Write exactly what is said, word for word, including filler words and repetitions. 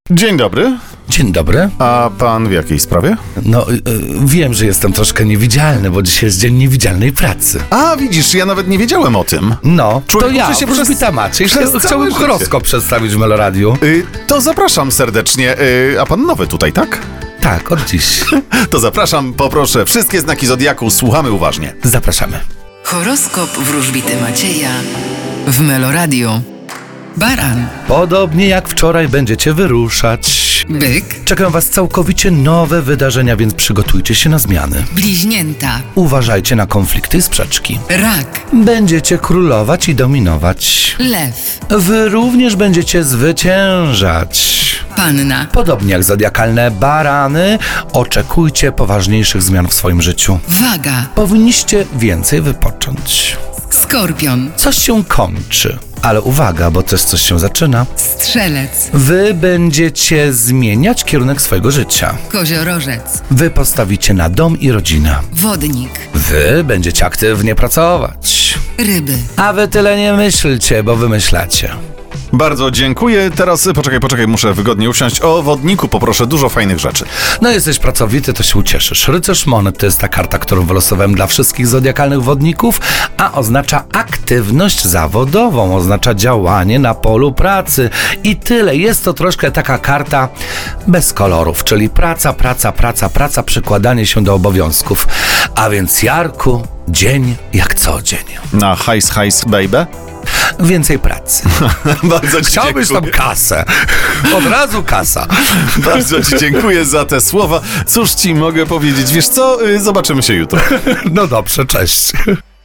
Dzień dobry. Dzień dobry. A pan w jakiej sprawie? No, y, wiem, że jestem troszkę niewidzialny, bo dzisiaj jest dzień niewidzialnej pracy. A, widzisz, ja nawet nie wiedziałem o tym. No, Człowiek to ja, uczy się wróżbita Maciej. przez całe Chciałbym życie. horoskop przedstawić w Meloradiu. Y, to zapraszam serdecznie. Y, a pan nowy tutaj, tak? Tak, od dziś. To zapraszam, poproszę. Wszystkie znaki Zodiaku, słuchamy uważnie. Zapraszamy. Horoskop wróżbity Macieja w Meloradio. Baran, Podobnie jak wczoraj będziecie wyruszać. byk, Czekają was całkowicie nowe wydarzenia, więc przygotujcie się na zmiany. bliźnięta, Uważajcie na konflikty i sprzeczki. rak, Będziecie królować i dominować. lew, Wy również będziecie zwyciężać. panna, Podobnie jak zodiakalne barany, oczekujcie poważniejszych zmian w swoim życiu. waga, Powinniście więcej wypocząć. skorpion, Coś się kończy, ale uwaga, bo też coś się zaczyna. strzelec, Wy będziecie zmieniać kierunek swojego życia. koziorożec, Wy postawicie na dom i rodzinę. wodnik, Wy będziecie aktywnie pracować. ryby. A wy tyle nie myślcie, bo wymyślacie. Bardzo dziękuję. Teraz, poczekaj, poczekaj, muszę wygodnie usiąść. O wodniku poproszę, dużo fajnych rzeczy. No jesteś pracowity, to się ucieszysz. Rycerz monet to jest ta karta, którą wylosowałem dla wszystkich zodiakalnych wodników, a oznacza aktywność zawodową, oznacza działanie na polu pracy. I tyle. Jest to troszkę taka karta bez kolorów, czyli praca, praca, praca, praca, przykładanie się do obowiązków. A więc Jarku, dzień jak co dzień. Na hajs, hajs, baby. Więcej pracy. Bardzo ci Chciałbyś tam dziękuję. kasę. Od razu kasa. Bardzo ci dziękuję za te słowa. Cóż ci mogę powiedzieć? Wiesz co? Y, Zobaczymy się jutro. No dobrze, cześć.